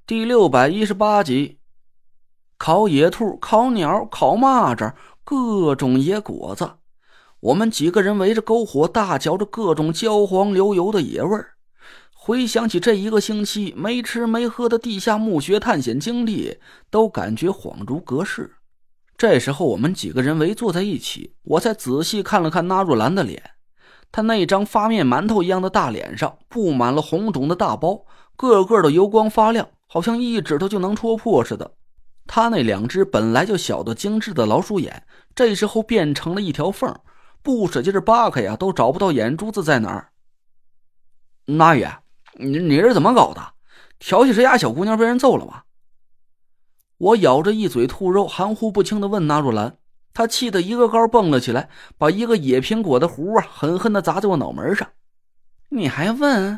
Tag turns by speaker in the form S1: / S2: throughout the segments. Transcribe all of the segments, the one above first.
S1: 第618集。烤野兔、烤鸟、烤蚂蚱，各种野果子。我们几个人围着篝火，大嚼着各种焦黄流油的野味儿。回想起这一个星期没吃没喝的地下墓穴探险经历，都感觉恍如隔世。这时候我们几个人围坐在一起，我才仔细看了看纳若兰的脸。她那张发面馒头一样的大脸上布满了红肿的大包，个个的油光发亮，好像一指头就能戳破似的。她那两只本来就小得精致的老鼠眼，这时候变成了一条缝，不使劲扒开呀，都找不到眼珠子在哪儿。那月，你是怎么搞的？调戏谁家小姑娘被人揍了吗？我咬着一嘴兔肉，含糊不清地问纳若兰。她气得一个高蹦了起来，把一个野苹果的核狠狠地砸在我脑门上。你还问？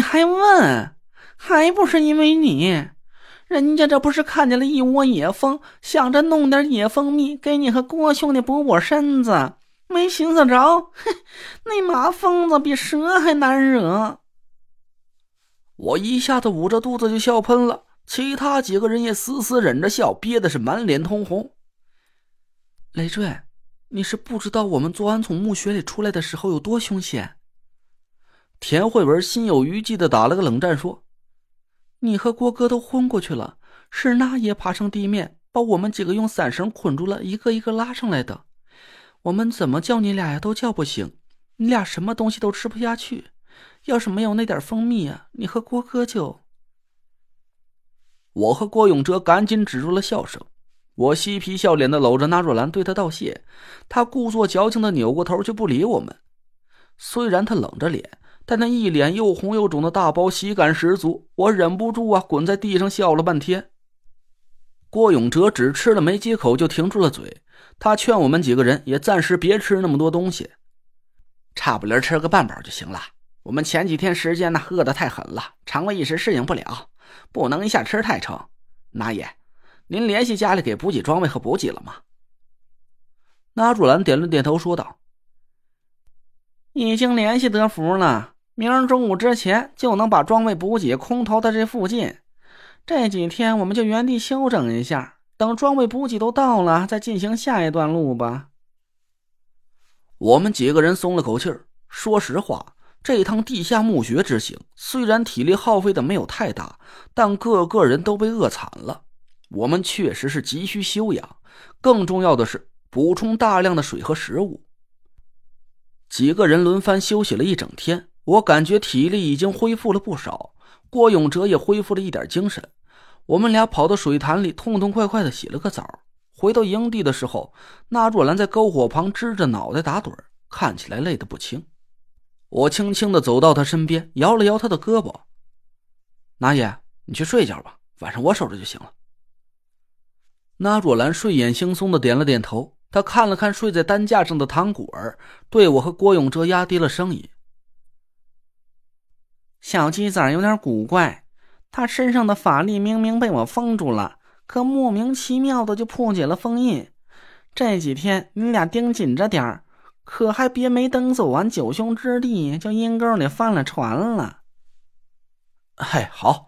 S1: 还不是因为你，人家这不是看见了一窝野蜂，想着弄点野蜂蜜给你和郭兄弟补补身子，没寻思着，那马疯子比蛇还难惹。我一下子捂着肚子就笑喷了，其他几个人也死死忍着笑，憋的是满脸通红。累赘，你是不知道我们昨晚从墓穴里出来的时候有多凶险。田慧文心有余悸地打了个冷战说，你和郭哥都昏过去了，是那爷爬上地面把我们几个用伞绳捆住了，一个一个拉上来的。我们怎么叫你俩呀都叫不醒，你俩什么东西都吃不下去，要是没有那点蜂蜜啊，你和郭哥就……我和郭永哲赶紧止住了笑声。我嬉皮笑脸的搂着纳若兰对他道谢，他故作矫情的扭过头就不理我们。虽然他冷着脸，但那一脸又红又肿的大包喜感十足，我忍不住滚在地上笑了半天。郭永哲只吃了没几口就停住了嘴，他劝我们几个人也暂时别吃那么多东西，差不离吃个半饱就行了。我们前几天时间饿得太狠了，肠胃一时适应不了，不能一下吃太撑。那爷，您联系家里给补给装备和补给了吗？纳若兰点了点头说道，已经联系德福了，明儿中午之前就能把装备补给空投到这附近。这几天我们就原地休整一下，等装备补给都到了再进行下一段路吧。我们几个人松了口气儿。说实话，这趟地下墓穴之行虽然体力耗费的没有太大，但个个人都被饿惨了。我们确实是急需休养，更重要的是补充大量的水和食物。几个人轮番休息了一整天，我感觉体力已经恢复了不少，郭永哲也恢复了一点精神。我们俩跑到水潭里痛痛快快地洗了个澡。回到营地的时候，纳若兰在篝火旁支着脑袋打盹，看起来累得不轻。我轻轻地走到他身边，摇了摇他的胳膊，那爷，你去睡觉吧，晚上我守着就行了。纳若兰睡眼惺忪地点了点头，她看了看睡在担架上的唐果儿，对我和郭永哲压低了声音，小鸡仔有点古怪，他身上的法力明明被我封住了，可莫名其妙的就破解了封印。这几天你俩盯紧着点儿，可还别没等走完九凶之地就阴沟里翻了船了。嘿，好。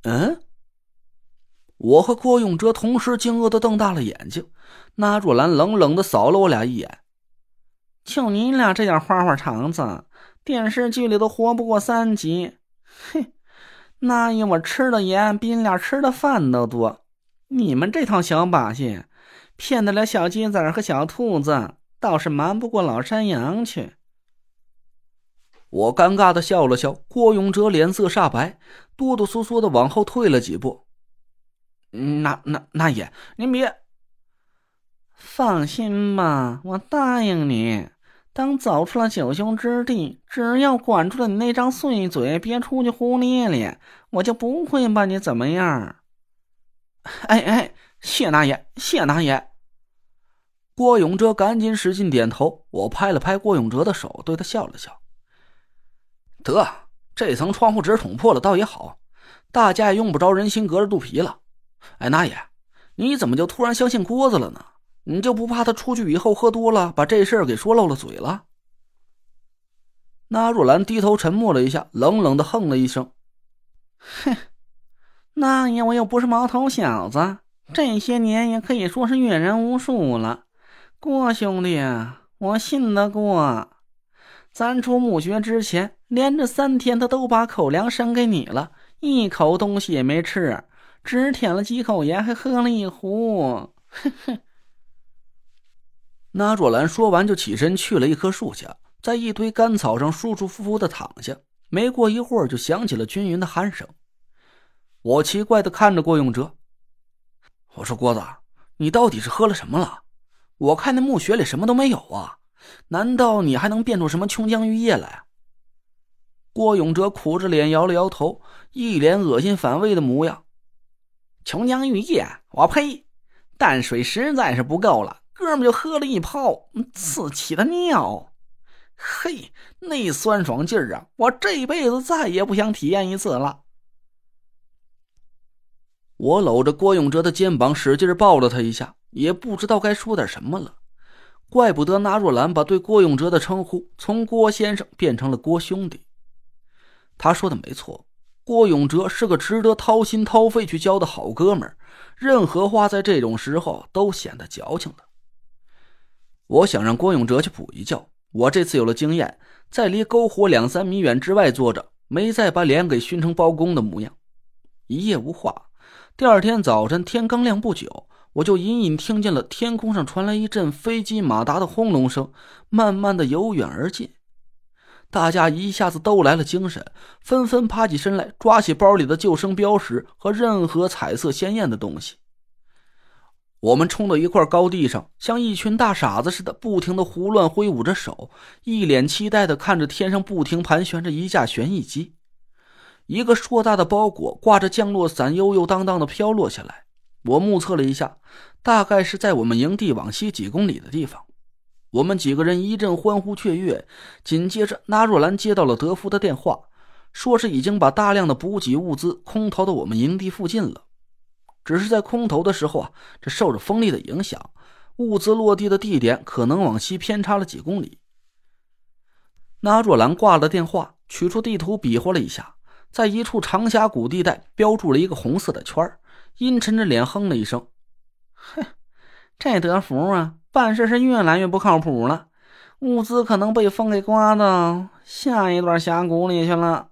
S1: 我和郭永哲同时惊愕地瞪大了眼睛，纳若兰冷冷地扫了我俩一眼，就你俩这点花花肠子，电视剧里都活不过3集。嘿，那爷我吃的盐比你俩吃的饭都多，你们这套小把戏骗得了小鸡仔和小兔子，倒是瞒不过老山羊去。我尴尬地笑了笑，郭永哲脸色煞白，哆哆嗦嗦地往后退了几步。那爷，您别。放心吧，我答应你，等走出了九凶之地，只要管住了你那张碎嘴，别出去胡咧咧，我就不会把你怎么样。谢大爷，谢大爷。郭永哲赶紧使劲点头，我拍了拍郭永哲的手，对他笑了笑。得，这层窗户纸捅破了倒也好，大家也用不着人心隔着肚皮了。那爷，你怎么就突然相信郭子了呢？你就不怕他出去以后喝多了，把这事儿给说漏了嘴了？纳若兰低头沉默了一下，冷冷地哼了一声，哼， 那爷我又不是毛头小子，这些年也可以说是阅人无数了。郭兄弟，我信得过。咱出墓穴之前，连着3天他都把口粮生给你了，一口东西也没吃，只舔了几口盐，还喝了一壶。呵呵。那若兰说完就起身去了一棵树下，在一堆干草上舒舒服服的躺下。没过一会儿就响起了均匀的鼾声。我奇怪的看着郭永哲，我说郭子，你到底是喝了什么了？我看那墓穴里什么都没有啊，难道你还能变出什么琼浆玉液来？郭永哲苦着脸摇了摇头，一脸恶心反胃的模样。琼浆玉液？我呸！淡水实在是不够了，哥们就喝了一泡，刺起的尿。嘿，那酸爽劲儿啊，我这辈子再也不想体验一次了。我搂着郭永哲的肩膀使劲抱了他一下，也不知道该说点什么了。怪不得那若兰把对郭永哲的称呼从郭先生变成了郭兄弟。他说的没错，郭永哲是个值得掏心掏肺去交的好哥们儿，任何话在这种时候都显得矫情了。我想让郭永哲去补一觉，我这次有了经验，在离篝火2-3米远之外坐着，没再把脸给熏成包公的模样。一夜无话，第二天早晨天刚亮不久，我就隐隐听见了天空上传来一阵飞机马达的轰隆声，慢慢的由远而近。大家一下子都来了精神，纷纷爬起身来，抓起包里的救生标识和任何彩色鲜艳的东西。我们冲到一块高地上，像一群大傻子似的不停地胡乱挥舞着手，一脸期待地看着天上不停盘旋着一架旋翼机。一个硕大的包裹挂着降落伞悠悠荡荡地飘落下来，我目测了一下，大概是在我们营地往西几公里的地方。我们几个人一阵欢呼雀跃，紧接着那若兰接到了德福的电话，说是已经把大量的补给物资空投到我们营地附近了。只是在空投的时候啊，这受着风力的影响，物资落地的地点可能往西偏差了几公里。那若兰挂了电话，取出地图比划了一下，在一处长峡谷地带标注了一个红色的圈，阴沉着脸哼了一声：“哼，这德福啊，办事是越来越不靠谱了，物资可能被风给刮到下一段峡谷里去了。”